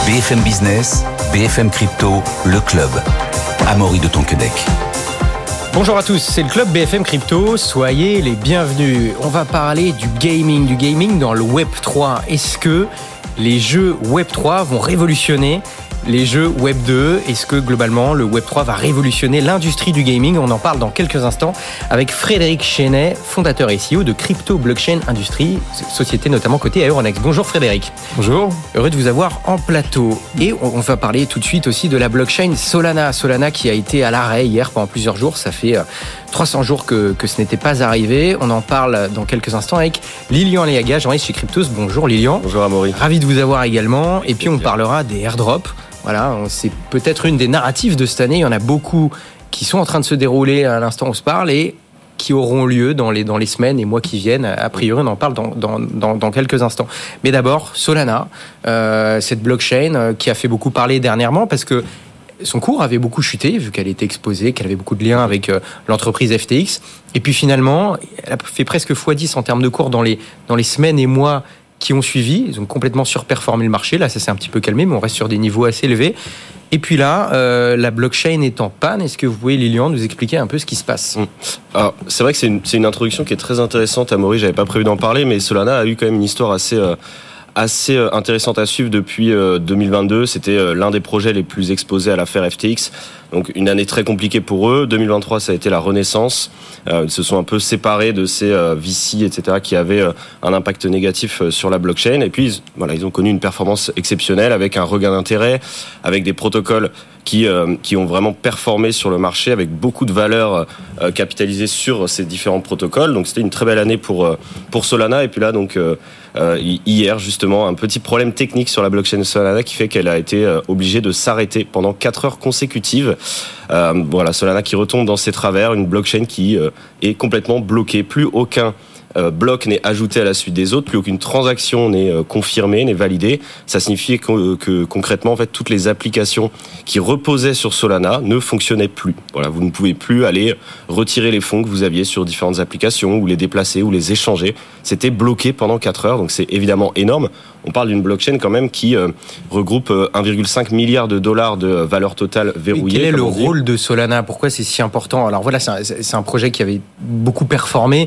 BFM Business, BFM Crypto, le club. Amaury de Tonquédec. Bonjour à tous, c'est le club BFM Crypto, soyez les bienvenus. On va parler du gaming dans le Web3. Est-ce que les jeux Web3 vont révolutionner les jeux Web 2? Est-ce que globalement le Web 3 va révolutionner l'industrie du gaming? On en parle dans quelques instants avec Frédéric Chenet, fondateur et CEO de Crypto Blockchain Industries, société notamment cotée à Euronext. Bonjour Frédéric. Bonjour. Heureux de vous avoir en plateau. Et on va parler tout de suite aussi de la blockchain Solana. Solana qui a été à l'arrêt hier pendant plusieurs jours. Ça fait 300 jours que ce n'était pas arrivé. On en parle dans quelques instants avec Lilian Aliaga, journaliste chez Cryptos. Bonjour Lilian. Bonjour Amaury. Ravi de vous avoir également. Et puis on parlera des airdrops. Voilà, c'est peut-être une des narratives de cette année. Il y en a beaucoup qui sont en train de se dérouler à l'instant où on se parle et qui auront lieu dans les semaines et mois qui viennent. A priori, on en parle dans quelques instants. Mais d'abord, Solana, cette blockchain qui a fait beaucoup parler dernièrement parce que son cours avait beaucoup chuté, vu qu'elle était exposée, qu'elle avait beaucoup de liens avec l'entreprise FTX. Et puis finalement, elle a fait presque x10 en termes de cours dans les semaines et mois qui ont suivi. Ils ont complètement surperformé le marché. Là, ça s'est un petit peu calmé, mais on reste sur des niveaux assez élevés. Et puis là, la blockchain est en panne. Est-ce que vous pouvez, Lilian, nous expliquer un peu ce qui se passe ? Alors, c'est vrai que c'est une introduction qui est très intéressante. Amaury, j'avais pas prévu d'en parler, mais Solana a eu quand même une histoire assez intéressante à suivre depuis 2022. C'était l'un des projets les plus exposés à l'affaire FTX. Donc une année très compliquée pour eux. 2023, ça a été la renaissance. Ils se sont un peu séparés de ces VC, etc., qui avaient un impact négatif sur la blockchain. Et puis, ils ont connu une performance exceptionnelle avec un regain d'intérêt, avec des protocoles qui ont vraiment performé sur le marché, avec beaucoup de valeur capitalisée sur ces différents protocoles. Donc c'était une très belle année pour Solana. Et puis là, donc hier, justement, un petit problème technique sur la blockchain Solana qui fait qu'elle a été obligée de s'arrêter pendant 4 heures consécutives. Solana qui retombe dans ses travers, une blockchain qui est complètement bloquée. Plus aucun bloc n'est ajouté à la suite des autres, plus aucune transaction n'est confirmée, n'est validée. Ça signifie que concrètement, en fait, toutes les applications qui reposaient sur Solana ne fonctionnaient plus. Voilà, vous ne pouvez plus aller retirer les fonds que vous aviez sur différentes applications ou les déplacer ou les échanger. C'était bloqué pendant 4 heures, donc c'est évidemment énorme. On parle d'une blockchain quand même qui regroupe 1,5 milliard de dollars de valeur totale verrouillée. Quel est le rôle de Solana ? Pourquoi c'est si important ? Alors voilà, c'est un projet qui avait beaucoup performé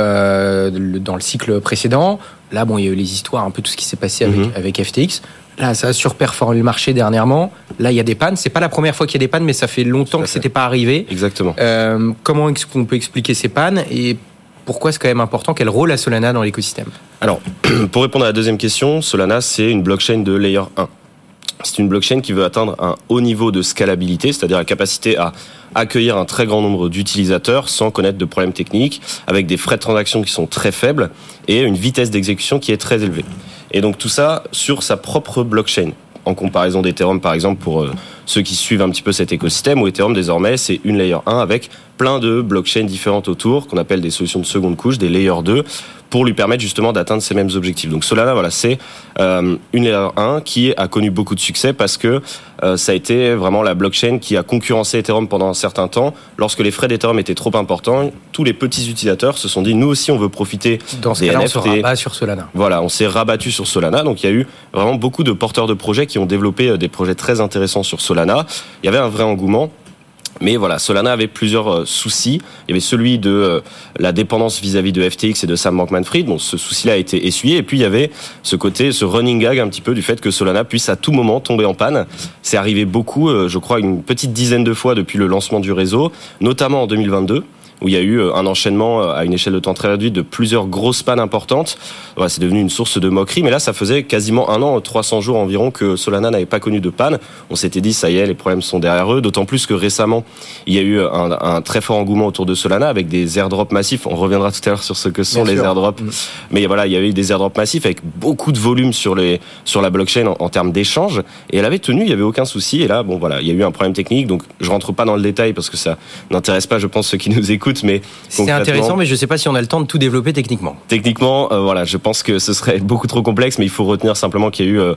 dans le cycle précédent. Là, il y a eu les histoires, un peu tout ce qui s'est passé avec FTX. Là, ça a surperformé le marché dernièrement. Là, il y a des pannes. C'est pas la première fois qu'il y a des pannes, mais ça fait longtemps que c'était pas arrivé. Exactement. Comment est-ce qu'on peut expliquer ces pannes et pourquoi c'est quand même important? Quel rôle a Solana dans l'écosystème? Alors, pour répondre à la deuxième question, Solana, c'est une blockchain de layer 1. C'est une blockchain qui veut atteindre un haut niveau de scalabilité, c'est-à-dire la capacité à accueillir un très grand nombre d'utilisateurs sans connaître de problèmes techniques, avec des frais de transaction qui sont très faibles et une vitesse d'exécution qui est très élevée. Et donc tout ça sur sa propre blockchain. En comparaison d'Ethereum, par exemple, pour ceux qui suivent un petit peu cet écosystème, où Ethereum, désormais, c'est une layer 1 avec plein de blockchains différentes autour, qu'on appelle des solutions de seconde couche, des layer 2, pour lui permettre justement d'atteindre ces mêmes objectifs. Donc Solana, c'est une layer 1 qui a connu beaucoup de succès parce que ça a été vraiment la blockchain qui a concurrencé Ethereum pendant un certain temps. Lorsque les frais d'Ethereum étaient trop importants, tous les petits utilisateurs se sont dit, nous aussi, on veut profiter dans ce des cas-là, NFT. on se rabat sur Solana. Voilà, on s'est rabattu sur Solana. Donc il y a eu vraiment beaucoup de porteurs de projets qui ont développé des projets très intéressants sur Solana. Il y avait un vrai engouement. Mais voilà, Solana avait plusieurs soucis. Il y avait celui de la dépendance vis-à-vis de FTX et de Sam Bankman-Fried. Bon, ce souci-là a été essuyé. Et puis, il y avait ce running gag un petit peu du fait que Solana puisse à tout moment tomber en panne. C'est arrivé beaucoup, je crois, une petite dizaine de fois depuis le lancement du réseau, notamment en 2022. Où il y a eu un enchaînement à une échelle de temps très réduite de plusieurs grosses pannes importantes. Voilà, c'est devenu une source de moquerie, mais là, ça faisait quasiment 1 an, 300 jours environ que Solana n'avait pas connu de panne. On s'était dit, ça y est, les problèmes sont derrière eux, d'autant plus que récemment, il y a eu un très fort engouement autour de Solana avec des airdrops massifs. On reviendra tout à l'heure sur ce que sont les airdrops. Mais voilà, il y avait eu des airdrops massifs avec beaucoup de volume sur la blockchain en termes d'échanges. Et elle avait tenu, il y avait aucun souci. Et là, il y a eu un problème technique. Donc, je rentre pas dans le détail parce que ça n'intéresse pas, je pense, ceux qui nous écoutent. Mais c'est intéressant, mais je ne sais pas si on a le temps de tout développer techniquement. Techniquement, je pense que ce serait beaucoup trop complexe, mais il faut retenir simplement qu'il y a eu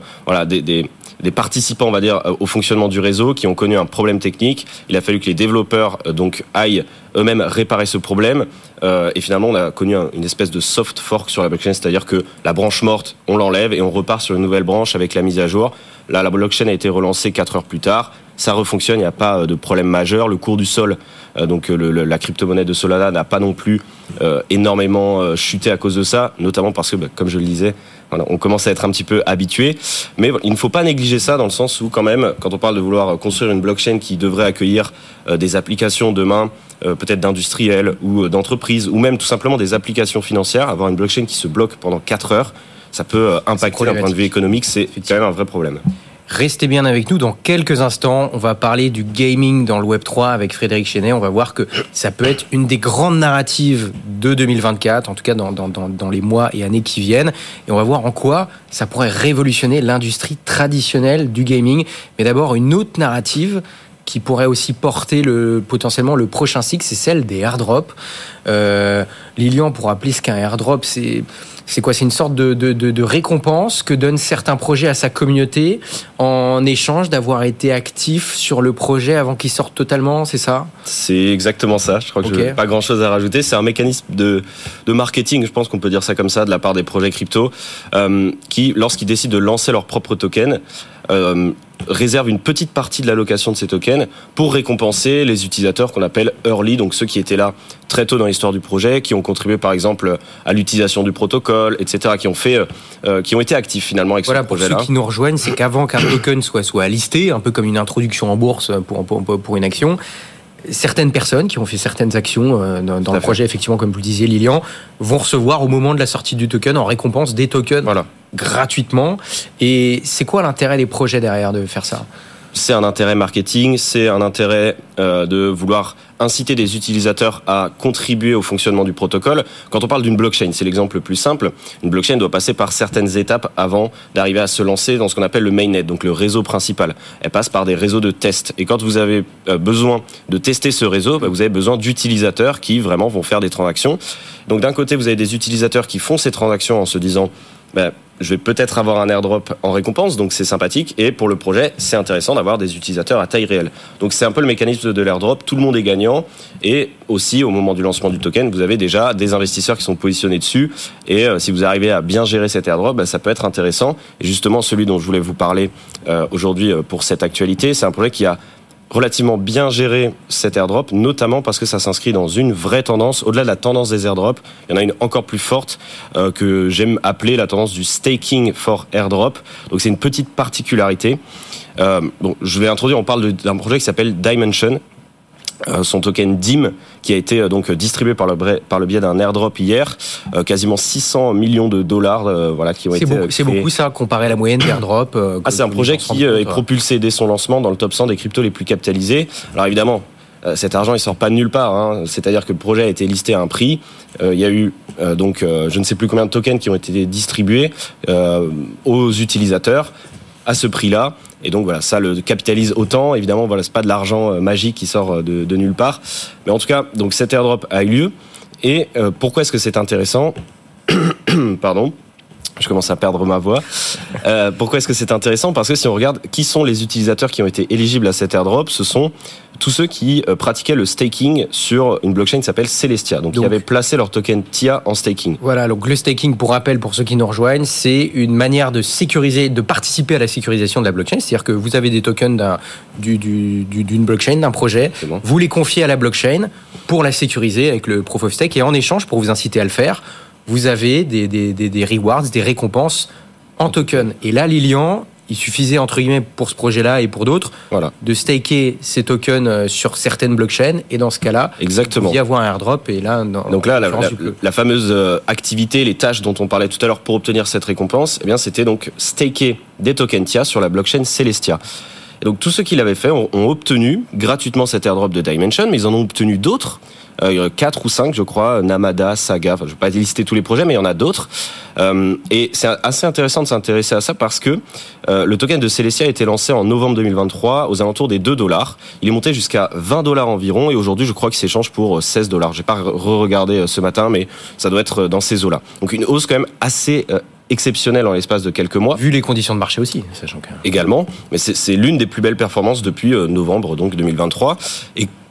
des participants, on va dire, au fonctionnement du réseau qui ont connu un problème technique. Il a fallu que les développeurs aillent eux-mêmes réparer ce problème. Et finalement, on a connu une espèce de soft fork sur la blockchain, c'est-à-dire que la branche morte, on l'enlève et on repart sur une nouvelle branche avec la mise à jour. Là, la blockchain a été relancée 4 heures plus tard. Ça refonctionne, il n'y a pas de problème majeur. Le cours du Sol, donc la crypto-monnaie de Solana, n'a pas non plus énormément chuté à cause de ça, notamment parce que, comme je le disais, voilà, on commence à être un petit peu habitué. Mais il ne faut pas négliger ça dans le sens où, quand même, quand on parle de vouloir construire une blockchain qui devrait accueillir des applications demain, peut-être d'industriels ou d'entreprises, ou même tout simplement des applications financières, avoir une blockchain qui se bloque pendant 4 heures, ça peut impacter d'un point de vue économique, c'est quand même un vrai problème. Restez bien avec nous. Dans quelques instants, on va parler du gaming dans le Web3 avec Frédéric Chenet. On va voir que ça peut être une des grandes narratives de 2024, en tout cas dans les mois et années qui viennent. Et on va voir en quoi ça pourrait révolutionner l'industrie traditionnelle du gaming. Mais d'abord, une autre narrative qui pourrait aussi porter potentiellement le prochain cycle, c'est celle des airdrops. Lilian, pour rappeler ce qu'un airdrop, c'est quoi ? C'est une sorte de récompense que donnent certains projets à sa communauté en échange d'avoir été actif sur le projet avant qu'il sorte totalement, c'est ça ? C'est exactement ça. Je crois que je n'ai pas grand-chose à rajouter. C'est un mécanisme de marketing, je pense qu'on peut dire ça comme ça, de la part des projets crypto, qui, lorsqu'ils décident de lancer leur propre token, réserve une petite partie de l'allocation de ces tokens pour récompenser les utilisateurs qu'on appelle early, donc ceux qui étaient là très tôt dans l'histoire du projet, qui ont contribué par exemple à l'utilisation du protocole, etc., qui ont été actifs finalement avec ce projet-là. Voilà, pour ceux qui nous rejoignent, c'est qu'avant qu'un token soit listé, un peu comme une introduction en bourse pour une action, certaines personnes qui ont fait certaines actions dans le projet, effectivement, comme vous le disiez, Lilian, vont recevoir au moment de la sortie du token en récompense des tokens gratuitement. Et c'est quoi l'intérêt des projets derrière de faire ça ? C'est un intérêt marketing, c'est un intérêt de vouloir inciter des utilisateurs à contribuer au fonctionnement du protocole. Quand on parle d'une blockchain, c'est l'exemple le plus simple. Une blockchain doit passer par certaines étapes avant d'arriver à se lancer dans ce qu'on appelle le mainnet, donc le réseau principal. Elle passe par des réseaux de tests. Et quand vous avez besoin de tester ce réseau, vous avez besoin d'utilisateurs qui vraiment vont faire des transactions. Donc d'un côté, vous avez des utilisateurs qui font ces transactions en se disant je vais peut-être avoir un airdrop en récompense, donc c'est sympathique. Et pour le projet, c'est intéressant d'avoir des utilisateurs à taille réelle. Donc c'est un peu le mécanisme de l'airdrop. Tout le monde est gagnant. Et aussi, au moment du lancement du token, vous avez déjà des investisseurs qui sont positionnés dessus. Et si vous arrivez à bien gérer cet airdrop, ça peut être intéressant. Et justement, celui dont je voulais vous parler aujourd'hui pour cette actualité, c'est un projet qui a relativement bien géré cet airdrop, notamment parce que ça s'inscrit dans une vraie tendance. Au-delà de la tendance des airdrops, il y en a une encore plus forte que j'aime appeler la tendance du staking for airdrop. Donc c'est une petite particularité. Je vais introduire, on parle d'un projet qui s'appelle Dimension. Son token DIM qui a été donc distribué par le biais d'un airdrop hier, quasiment 600 millions de dollars qui ont été créés. C'est beaucoup ça comparé à la moyenne d'airdrop. C'est un projet qui est propulsé dès son lancement dans le top 100 des cryptos les plus capitalisés. Alors évidemment, cet argent il sort pas de nulle part, c'est-à-dire que le projet a été listé à un prix. Il y a eu je ne sais plus combien de tokens qui ont été distribués aux utilisateurs à ce prix-là. Et donc voilà, ça le capitalise autant. Évidemment, c'est pas de l'argent magique qui sort de nulle part. Mais en tout cas, donc cet airdrop a eu lieu. Et pourquoi est-ce que c'est intéressant ? Pardon, je commence à perdre ma voix. Pourquoi est-ce que c'est intéressant ? Parce que si on regarde qui sont les utilisateurs qui ont été éligibles à cet airdrop, ce sont tous ceux qui pratiquaient le staking sur une blockchain qui s'appelle Celestia. Donc, ils avaient placé leur token TIA en staking. Voilà, donc le staking, pour rappel, pour ceux qui nous rejoignent, c'est une manière de sécuriser, de participer à la sécurisation de la blockchain. C'est-à-dire que vous avez des tokens d'une blockchain, d'un projet, vous les confiez à la blockchain pour la sécuriser avec le proof of stake, et en échange, pour vous inciter à le faire, vous avez des rewards, des récompenses en token. Et là, Lilian, il suffisait, entre guillemets, pour ce projet-là et pour d'autres, de staker ces tokens sur certaines blockchains. Et dans ce cas-là, il y avoir un airdrop. Et là, donc là, la fameuse activité, les tâches dont on parlait tout à l'heure pour obtenir cette récompense, c'était donc staker des tokens TIA sur la blockchain Celestia. Et donc tous ceux qui l'avaient fait ont obtenu gratuitement cet airdrop de Dimension, mais ils en ont obtenu d'autres. 4 ou 5, je crois, Namada, Saga, je ne vais pas lister tous les projets, mais il y en a d'autres. Et c'est assez intéressant de s'intéresser à ça parce que le token de Celestia a été lancé en novembre 2023 aux alentours des $2. Il est monté jusqu'à $20 environ et aujourd'hui, je crois qu'il s'échange pour $16. Je n'ai pas regardé ce matin, mais ça doit être dans ces eaux-là. Donc une hausse quand même assez exceptionnelle en l'espace de quelques mois. Vu les conditions de marché aussi, sachant que... Également, mais c'est l'une des plus belles performances depuis novembre donc 2023. Et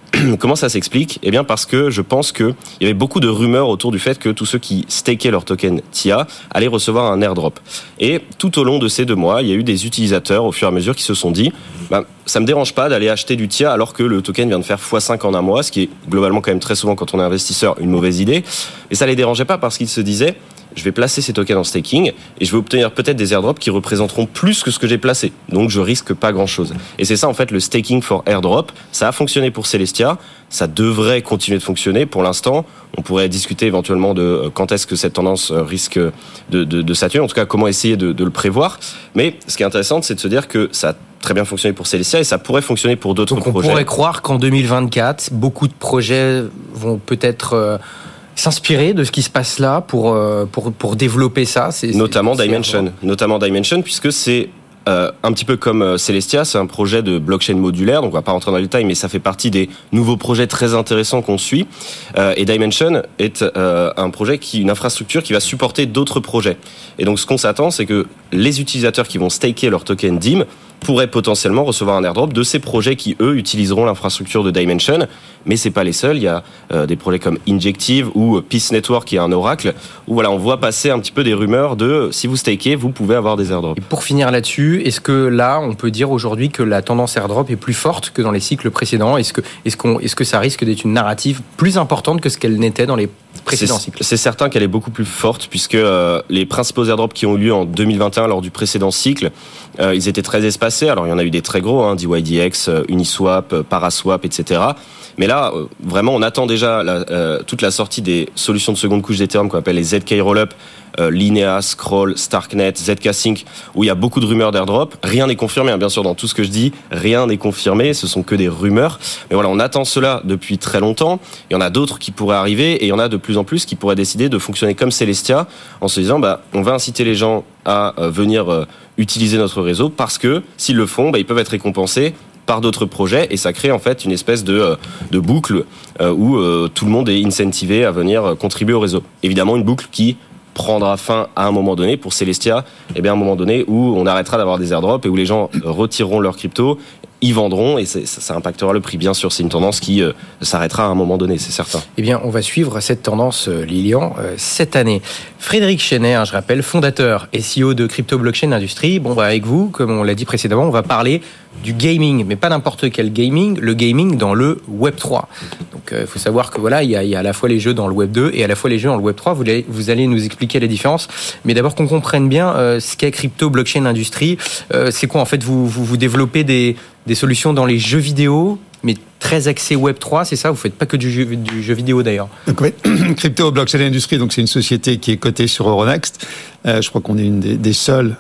Comment ça s'explique ? Eh bien parce que je pense qu'il y avait beaucoup de rumeurs autour du fait que tous ceux qui stakaient leur token TIA allaient recevoir un airdrop. Et tout au long de ces 2 mois, il y a eu des utilisateurs au fur et à mesure qui se sont dit ça me dérange pas d'aller acheter du TIA alors que le token vient de faire x5 en un mois, ce qui est globalement quand même très souvent quand on est investisseur une mauvaise idée. Et ça les dérangeait pas parce qu'ils se disaient je vais placer ces tokens en staking et je vais obtenir peut-être des airdrops qui représenteront plus que ce que j'ai placé. Donc je risque pas grand-chose. Et c'est ça en fait le staking for airdrop. Ça a fonctionné pour Celestia. Ça devrait continuer de fonctionner. Pour l'instant, on pourrait discuter éventuellement de quand est-ce que cette tendance risque de s'atténuer. En tout cas, comment essayer de le prévoir. Mais ce qui est intéressant, c'est de se dire que ça a très bien fonctionné pour Celestia et ça pourrait fonctionner pour d'autres projets. Donc on pourrait croire qu'en 2024, beaucoup de projets vont peut-être s'inspirer de ce qui se passe là pour développer ça. Notamment Dimension, puisque c'est un petit peu comme Celestia, c'est un projet de blockchain modulaire, donc on va pas rentrer dans les détails, mais ça fait partie des nouveaux projets très intéressants qu'on suit. Et Dimension est un projet une infrastructure qui va supporter d'autres projets. Et donc ce qu'on s'attend, c'est que les utilisateurs qui vont staker leur token DIM pourraient potentiellement recevoir un airdrop de ces projets qui, eux, utiliseront l'infrastructure de Dimension. Mais c'est pas les seuls. Il y a des projets comme Injective ou Peace Network, qui est un oracle, où voilà, on voit passer un petit peu des rumeurs de si vous stakez, vous pouvez avoir des airdrops. Et pour finir là-dessus, est-ce que là, on peut dire aujourd'hui que la tendance airdrop est plus forte que dans les cycles précédents ? Est-ce que ça risque d'être une narrative plus importante que ce qu'elle n'était dans les précédents cycles ? C'est certain qu'elle est beaucoup plus forte, puisque les principaux airdrops qui ont eu lieu en 2021 lors du précédent cycle, ils étaient très espacés. Alors il y en a eu des très gros, DYDX, Uniswap, Paraswap, etc. Mais là, vraiment, on attend déjà toute la sortie des solutions de seconde couche d'Ethereum qu'on appelle les ZK Rollup, Linea, Scroll, Starknet, ZK Sync, où il y a beaucoup de rumeurs d'airdrop. Rien n'est confirmé, bien sûr, dans tout ce que je dis, rien n'est confirmé, ce sont que des rumeurs. Mais voilà, on attend cela depuis très longtemps. Il y en a d'autres qui pourraient arriver et il y en a de plus en plus qui pourraient décider de fonctionner comme Celestia en se disant, on va inciter les gens à venir utiliser notre réseau parce que s'ils le font, ils peuvent être récompensés par d'autres projets et ça crée en fait une espèce de boucle où tout le monde est incentivé à venir contribuer au réseau. Évidemment, une boucle qui prendra fin à un moment donné pour Celestia, à un moment donné où on arrêtera d'avoir des airdrops et où les gens retireront leurs cryptos, y vendront et ça impactera le prix. Bien sûr, c'est une tendance qui s'arrêtera à un moment donné, c'est certain. Eh bien, on va suivre cette tendance, Lilian, cette année. Frédéric Chenet, je rappelle, fondateur et CEO de Crypto Blockchain Industry. Avec vous, comme on l'a dit précédemment, on va parler du gaming, mais pas n'importe quel gaming, le gaming dans le Web3. Donc, il faut savoir que il y a à la fois les jeux dans le Web2 et à la fois les jeux dans le Web3. Vous allez nous expliquer les différences, mais d'abord qu'on comprenne bien ce qu'est Crypto Blockchain Industry. C'est quoi en fait ? Vous développez des solutions dans les jeux vidéo, mais très axé Web3, c'est ça ? Vous faites pas que du jeu vidéo d'ailleurs. Donc, oui. Crypto Blockchain Industry, donc c'est une société qui est cotée sur Euronext. Je crois qu'on est une des seules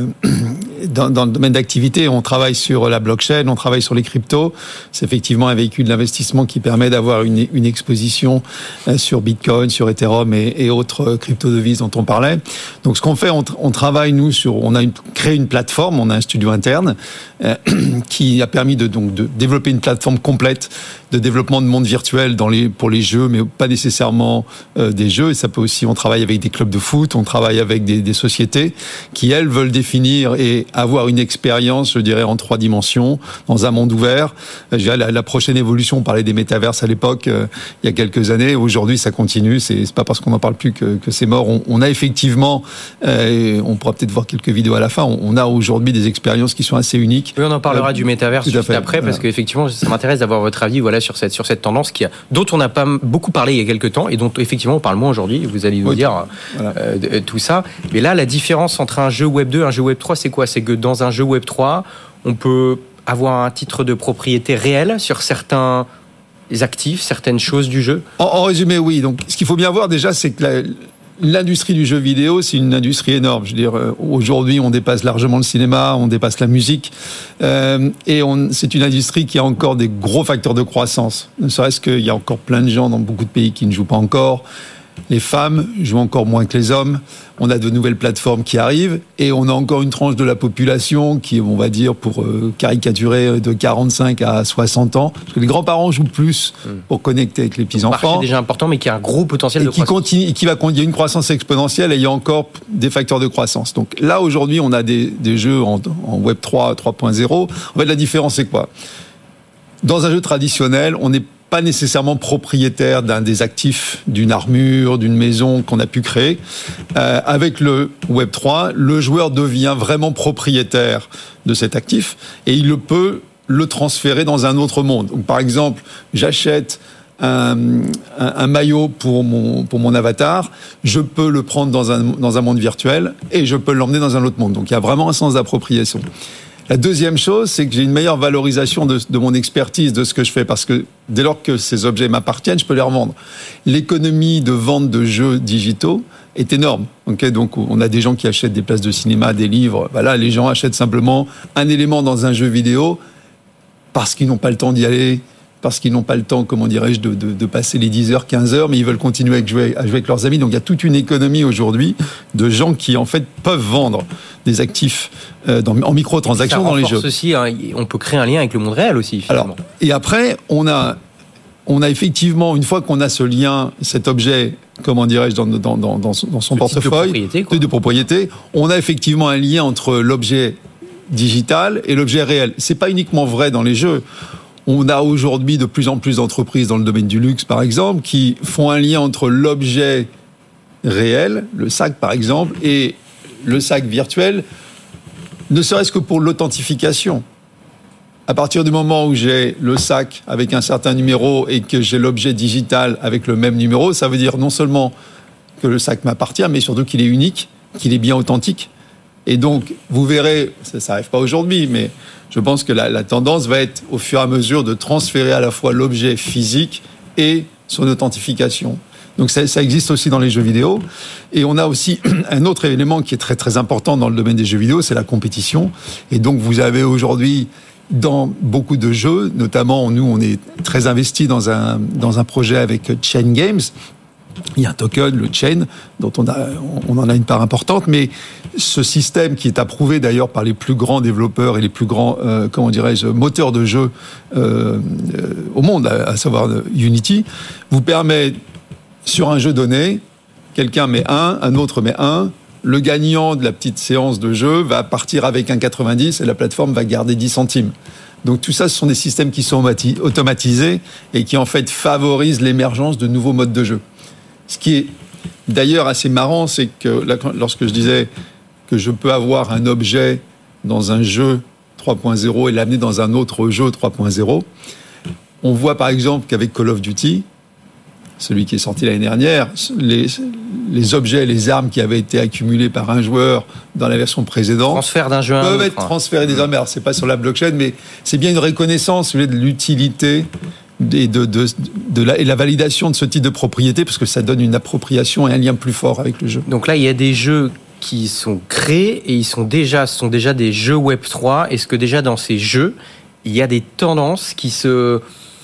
dans le domaine d'activité. On travaille sur la blockchain, on travaille sur les cryptos. C'est effectivement un véhicule d'investissement qui permet d'avoir une exposition sur Bitcoin, sur Ethereum et autres crypto-devises dont on parlait. Donc ce qu'on fait, on travaille nous on a créé une plateforme, on a un studio interne qui a permis de développer une plateforme complète de développement de monde virtuel pour les jeux, mais pas nécessairement des jeux. Et ça peut aussi, on travaille avec des clubs de foot, on travaille avec des sociétés qui, elles, veulent définir et avoir une expérience, je dirais, en 3 dimensions, dans un monde ouvert. La prochaine évolution, on parlait des métaverses à l'époque, il y a quelques années. Aujourd'hui, ça continue. C'est pas parce qu'on n'en parle plus que c'est mort. On a effectivement, on pourra peut-être voir quelques vidéos à la fin, on a aujourd'hui des expériences qui sont assez uniques. Oui, on en parlera du métaverse juste après, parce qu'effectivement, ça m'intéresse d'avoir votre avis sur cette tendance dont on n'a pas beaucoup parlé il y a quelques temps et dont effectivement on parle moins aujourd'hui. Vous allez nous dire tout ça. Mais là, la différence entre un jeu Web 2 et un jeu Web 3, c'est quoi ? C'est que dans un jeu Web 3, on peut avoir un titre de propriété réel sur certains actifs, certaines choses du jeu. En résumé, oui. Donc, ce qu'il faut bien voir déjà, c'est que l'industrie du jeu vidéo, c'est une industrie énorme. Je veux dire, aujourd'hui, on dépasse largement le cinéma, on dépasse la musique, et c'est une industrie qui a encore des gros facteurs de croissance. Ne serait-ce qu'il y a encore plein de gens dans beaucoup de pays qui ne jouent pas encore. Les femmes jouent encore moins que les hommes. On a de nouvelles plateformes qui arrivent et on a encore une tranche de la population qui, on va dire, pour caricaturer, de 45 à 60 ans. Parce que les grands-parents jouent plus pour connecter avec les petits-enfants. C'est déjà important, mais qui a un gros potentiel de croissance. Il y a une croissance exponentielle et il y a encore des facteurs de croissance. Donc là, aujourd'hui, on a des jeux en Web 3, 3.0. En fait, la différence, c'est quoi ? Dans un jeu traditionnel, on n'est pas nécessairement propriétaire d'un des actifs, d'une armure, d'une maison qu'on a pu créer. Avec le Web3, le joueur devient vraiment propriétaire de cet actif et il peut le transférer dans un autre monde. Donc, par exemple, j'achète un maillot pour mon avatar, je peux le prendre dans un monde virtuel et je peux l'emmener dans un autre monde. Donc il y a vraiment un sens d'appropriation. La deuxième chose, c'est que j'ai une meilleure valorisation de mon expertise, de ce que je fais, parce que dès lors que ces objets m'appartiennent, je peux les revendre. L'économie de vente de jeux digitaux est énorme. Okay, donc on a des gens qui achètent des places de cinéma, des livres. Voilà, les gens achètent simplement un élément dans un jeu vidéo parce qu'ils n'ont pas le temps d'y aller, parce qu'ils n'ont pas le temps, comment dirais-je, de passer les 10 heures, 15 heures, mais ils veulent continuer à jouer avec leurs amis. Donc il y a toute une économie aujourd'hui de gens qui, en fait, peuvent vendre des actifs en microtransactions dans les jeux. Aussi, hein, on peut créer un lien avec le monde réel aussi, finalement. Alors, et après, on a effectivement, une fois qu'on a ce lien, cet objet, comment dirais-je, dans son portefeuille de propriété, on a effectivement un lien entre l'objet digital et l'objet réel. C'est pas uniquement vrai dans les jeux. On a aujourd'hui de plus en plus d'entreprises dans le domaine du luxe, par exemple, qui font un lien entre l'objet réel, le sac par exemple, et le sac virtuel, ne serait-ce que pour l'authentification. À partir du moment où j'ai le sac avec un certain numéro et que j'ai l'objet digital avec le même numéro, ça veut dire non seulement que le sac m'appartient, mais surtout qu'il est unique, qu'il est bien authentique. Et donc, vous verrez, ça n'arrive pas aujourd'hui, mais je pense que la tendance va être, au fur et à mesure, de transférer à la fois l'objet physique et son authentification. Donc ça existe aussi dans les jeux vidéo. Et on a aussi un autre élément qui est très très important dans le domaine des jeux vidéo, c'est la compétition. Et donc vous avez aujourd'hui, dans beaucoup de jeux, notamment nous on est très investis dans un projet avec Chain Games. Il y a un token, le Chain, dont on en a une part importante, mais ce système qui est approuvé d'ailleurs par les plus grands développeurs et les plus grands, moteurs de jeux au monde, à savoir Unity, vous permet, sur un jeu donné, quelqu'un met un autre met un, le gagnant de la petite séance de jeu va partir avec un 90 et la plateforme va garder 10 centimes. Donc tout ça, ce sont des systèmes qui sont automatisés et qui en fait favorisent l'émergence de nouveaux modes de jeu. Ce qui est d'ailleurs assez marrant, c'est que lorsque je disais que je peux avoir un objet dans un jeu 3.0 et l'amener dans un autre jeu 3.0, on voit par exemple qu'avec Call of Duty, celui qui est sorti l'année dernière, les objets, les armes qui avaient été accumulées par un joueur dans la version précédente transfert d'un jeu peuvent être transférés désormais. Alors c'est pas sur la blockchain, mais c'est bien une reconnaissance de l'utilité et la validation de ce type de propriété, parce que ça donne une appropriation et un lien plus fort avec le jeu. Donc là, il y a des jeux qui sont créés et ce sont déjà des jeux Web3. Est-ce que déjà dans ces jeux, il y a des tendances qui se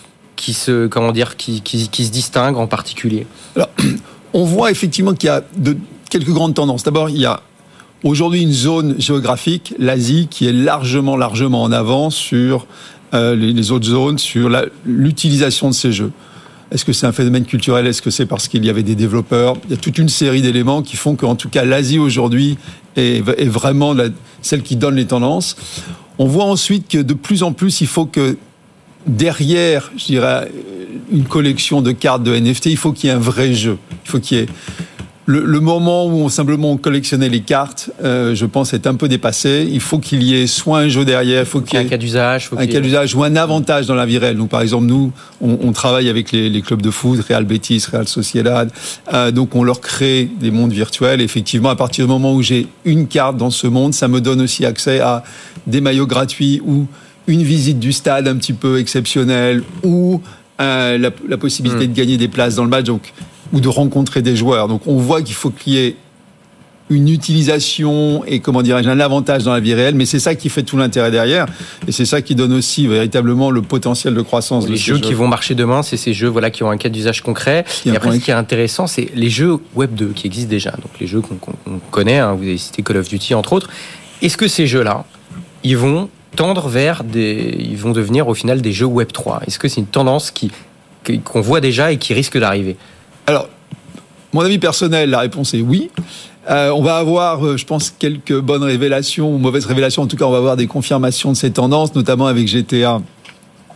distinguent en particulier? Alors, on voit effectivement qu'il y a quelques grandes tendances. D'abord, il y a aujourd'hui une zone géographique, l'Asie, qui est largement en avance sur les autres zones, sur l'utilisation de ces jeux. Est-ce que c'est un phénomène culturel? Est-ce que c'est parce qu'il y avait des développeurs? Il y a toute une série d'éléments qui font qu'en tout cas l'Asie aujourd'hui est vraiment celle qui donne les tendances. On voit ensuite que de plus en plus, il faut que derrière, je dirais, une collection de cartes de NFT, il faut qu'il y ait un vrai jeu. Il faut qu'il y ait le moment où on collectionnait les cartes, je pense, est un peu dépassé. Il faut qu'il y ait soit un jeu derrière, il faut qu'il y ait un cas d'usage, ou un avantage dans la vie réelle. Donc, par exemple, nous, on travaille avec les clubs de foot, Real Betis, Real Sociedad. Donc, on leur crée des mondes virtuels. Effectivement, à partir du moment où j'ai une carte dans ce monde, ça me donne aussi accès à des maillots gratuits ou une visite du stade un petit peu exceptionnelle ou la possibilité de gagner des places dans le match. Donc, ou de rencontrer des joueurs. Donc on voit qu'il faut qu'il y ait une utilisation et, un avantage dans la vie réelle, mais c'est ça qui fait tout l'intérêt derrière, et c'est ça qui donne aussi véritablement le potentiel de croissance de ces jeux. Les jeux qui vont marcher demain, c'est ces jeux qui ont un cas d'usage concret. Et après, ce qui est intéressant, c'est les jeux Web 2 qui existent déjà, donc les jeux qu'on connaît, hein, vous avez cité Call of Duty entre autres. Est-ce que ces jeux-là, ils vont tendre vers ils vont devenir au final des jeux Web 3? Est-ce que c'est une tendance qu'on voit déjà et qui risque d'arriver? Alors, mon avis personnel, la réponse est oui. On va avoir, je pense, quelques bonnes révélations ou mauvaises révélations. En tout cas, on va avoir des confirmations de ces tendances, notamment avec GTA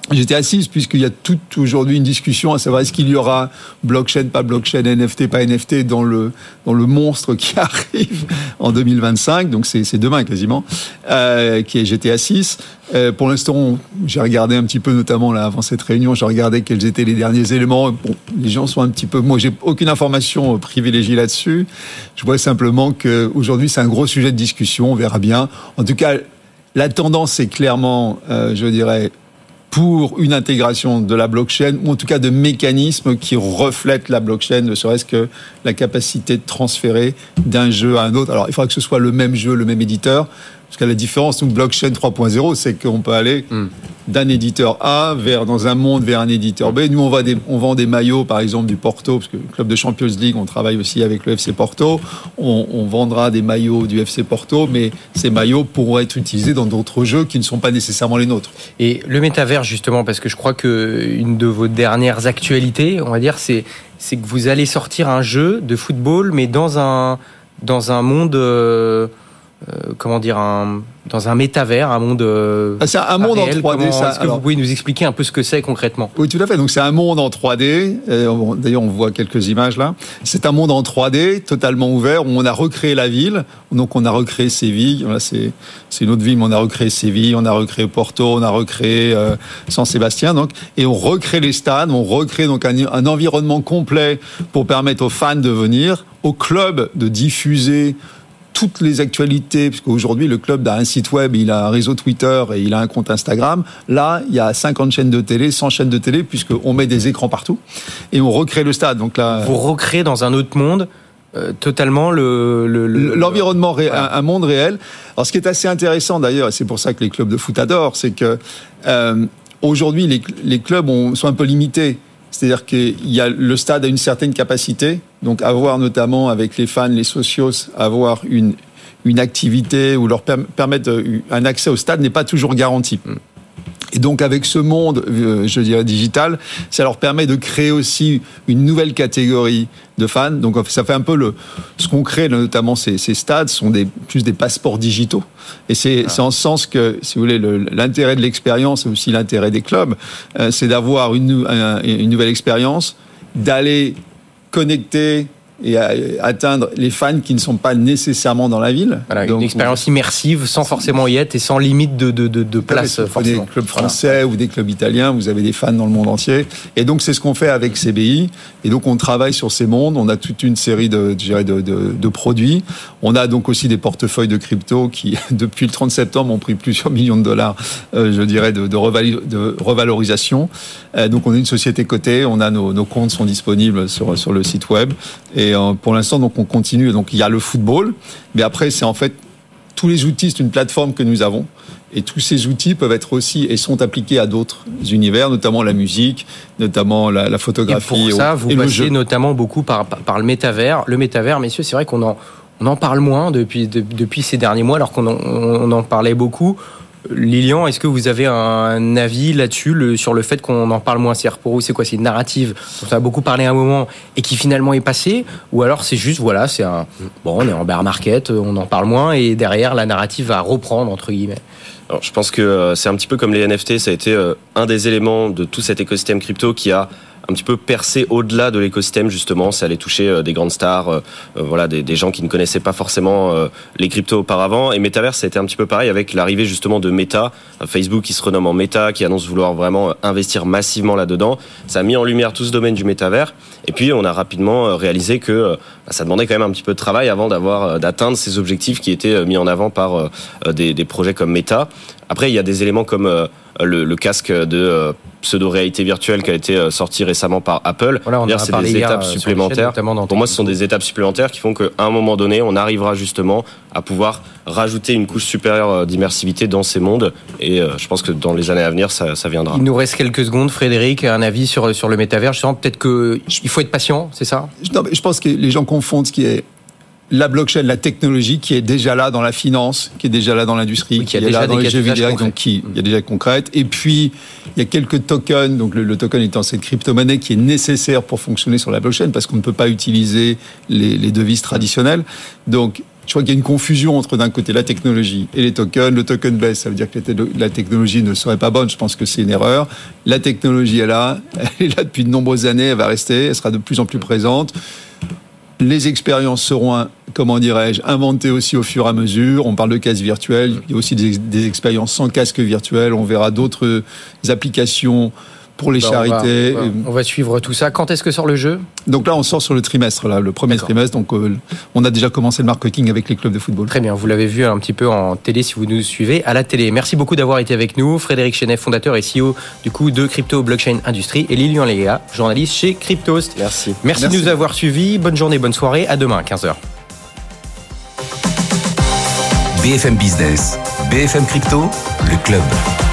GTA 6, puisqu'il y a toute aujourd'hui une discussion à savoir est-ce qu'il y aura blockchain, pas blockchain, NFT, pas NFT dans le monstre qui arrive en 2025, donc c'est demain quasiment, qui est GTA 6. Pour l'instant, j'ai regardé un petit peu, notamment là avant cette réunion, j'ai regardé quels étaient les derniers éléments. Bon, les gens sont un petit peu, moi j'ai aucune information privilégiée là-dessus. Je vois simplement que aujourd'hui c'est un gros sujet de discussion, on verra bien. En tout cas, la tendance est clairement, je dirais, pour une intégration de la blockchain, ou en tout cas de mécanismes qui reflètent la blockchain, ne serait-ce que la capacité de transférer d'un jeu à un autre. Alors, il faudra que ce soit le même jeu, le même éditeur, parce que la différence, donc blockchain 3.0, c'est qu'on peut aller d'un éditeur A dans un monde vers un éditeur B. Nous, on vend des maillots, par exemple, du Porto, parce que le club de Champions League, on travaille aussi avec le FC Porto. On vendra des maillots du FC Porto, mais ces maillots pourront être utilisés dans d'autres jeux qui ne sont pas nécessairement les nôtres. Et le métavers, justement, parce que je crois qu'une de vos dernières actualités, on va dire, c'est que vous allez sortir un jeu de football, mais dans un monde... dans un métavers, un monde c'est un monde réel, en 3D. Est-ce que vous pouvez nous expliquer un peu ce que c'est concrètement ? Oui, tout à fait. Donc c'est un monde en 3D. D'ailleurs, on voit quelques images là. C'est un monde en 3D, totalement ouvert, où on a recréé la ville. Donc on a recréé Séville. Là, c'est une autre ville, mais on a recréé Séville, on a recréé Porto, on a recréé San Sébastien. Donc, et on recrée les stades. On recrée donc un environnement complet pour permettre aux fans de venir, aux clubs de diffuser toutes les actualités, parce qu'aujourd'hui, le club a un site web, il a un réseau Twitter et il a un compte Instagram. Là, il y a 50 chaînes de télé, 100 chaînes de télé, puisqu'on met des écrans partout et on recrée le stade. Donc là, vous recréez dans un autre monde totalement l'environnement, un monde réel. Alors, ce qui est assez intéressant d'ailleurs, et c'est pour ça que les clubs de foot adorent, c'est que aujourd'hui, les clubs sont un peu limités. C'est-à-dire le stade a une certaine capacité, donc avoir notamment avec les fans, les socios, avoir une activité ou leur permettre un accès au stade n'est pas toujours garanti. Et donc avec ce monde, je dirais digital, ça leur permet de créer aussi une nouvelle catégorie de fans. Donc ça fait un peu ce qu'on crée, notamment ces stades, sont plus des passeports digitaux. Et c'est en ce sens que, si vous voulez, l'intérêt de l'expérience et aussi l'intérêt des clubs, c'est d'avoir une nouvelle expérience, d'aller connecter et atteindre les fans qui ne sont pas nécessairement dans la ville. Voilà, donc, une expérience immersive sans forcément y être et sans limite de place. Des clubs français ou des clubs italiens, vous avez des fans dans le monde entier. Et donc c'est ce qu'on fait avec CBI. Et donc on travaille sur ces mondes. On a toute une série de produits. On a donc aussi des portefeuilles de crypto qui, depuis le 30 septembre, ont pris plusieurs millions de dollars, je dirais, de revalorisation. Donc on est une société cotée. On a nos comptes sont disponibles sur le site web. Et pour l'instant, donc on continue. Donc il y a le football, mais après c'est en fait tous les outils, c'est une plateforme que nous avons. Et tous ces outils peuvent être aussi et sont appliqués à d'autres univers, notamment la musique, notamment la photographie. Et pour ça, vous passez notamment beaucoup par le métavers. Le métavers, messieurs, c'est vrai qu'on en parle moins depuis ces derniers mois, alors qu'on en parlait beaucoup. Lilian, est-ce que vous avez un avis là-dessus, sur le fait qu'on en parle moins ? C'est-à-dire pour vous, c'est quoi ? C'est une narrative dont on a beaucoup parlé à un moment et qui finalement est passée ? Ou alors c'est juste, voilà, on est en bear market, on en parle moins et derrière la narrative va reprendre, entre guillemets. Alors, je pense que c'est un petit peu comme les NFT, ça a été un des éléments de tout cet écosystème crypto qui a un petit peu percé au-delà de l'écosystème, justement. Ça allait toucher des grandes stars, des gens qui ne connaissaient pas forcément les cryptos auparavant. Et Metaverse, ça a été un petit peu pareil avec l'arrivée justement de Meta, Facebook qui se renomme en Meta, qui annonce vouloir vraiment investir massivement là-dedans. Ça a mis en lumière tout ce domaine du métavers. Et puis, on a rapidement réalisé que ça demandait quand même un petit peu de travail avant d'atteindre ces objectifs qui étaient mis en avant par des projets comme Meta. Après, il y a des éléments comme le casque de pseudo-réalité virtuelle qui a été sorti récemment par Apple. Voilà, c'est des étapes supplémentaires. Pour moi, ce sont des étapes supplémentaires qui font qu'à un moment donné, on arrivera justement à pouvoir rajouter une couche supérieure d'immersivité dans ces mondes. Et je pense que dans les années à venir, ça viendra. Il nous reste quelques secondes. Frédéric, un avis sur le métavers. Je sens peut-être qu'il faut être patient, c'est ça ? Non, mais je pense que les gens confondent ce qui est la blockchain, la technologie qui est déjà là dans la finance, qui est déjà là dans l'industrie, qui est là dans les jeux vidéo, donc il y a déjà concrète. Et puis, il y a quelques tokens, donc le token étant cette crypto-monnaie qui est nécessaire pour fonctionner sur la blockchain parce qu'on ne peut pas utiliser les devises traditionnelles. Donc, Je crois qu'il y a une confusion entre d'un côté la technologie et les tokens. Le token base, ça veut dire que la technologie ne serait pas bonne. Je pense que c'est une erreur. La technologie elle est là depuis de nombreuses années, elle va rester, elle sera de plus en plus présente. Les expériences seront, inventées aussi au fur et à mesure. On parle de casques virtuels, il y a aussi des expériences sans casque virtuel. On verra d'autres applications pour les charités. On va suivre tout ça. Quand est-ce que sort le jeu ? Donc là, on sort sur le trimestre, le premier trimestre. Donc, on a déjà commencé le marketing avec les clubs de football. Très bien. Vous l'avez vu un petit peu en télé si vous nous suivez à la télé. Merci beaucoup d'avoir été avec nous. Frédéric Chenet, fondateur et CEO de Crypto Blockchain Industrie, et Lilian Léa, journaliste chez Cryptost. Merci de nous avoir suivis. Bonne journée, bonne soirée. À demain, 15h. BFM Business, BFM Crypto, le club.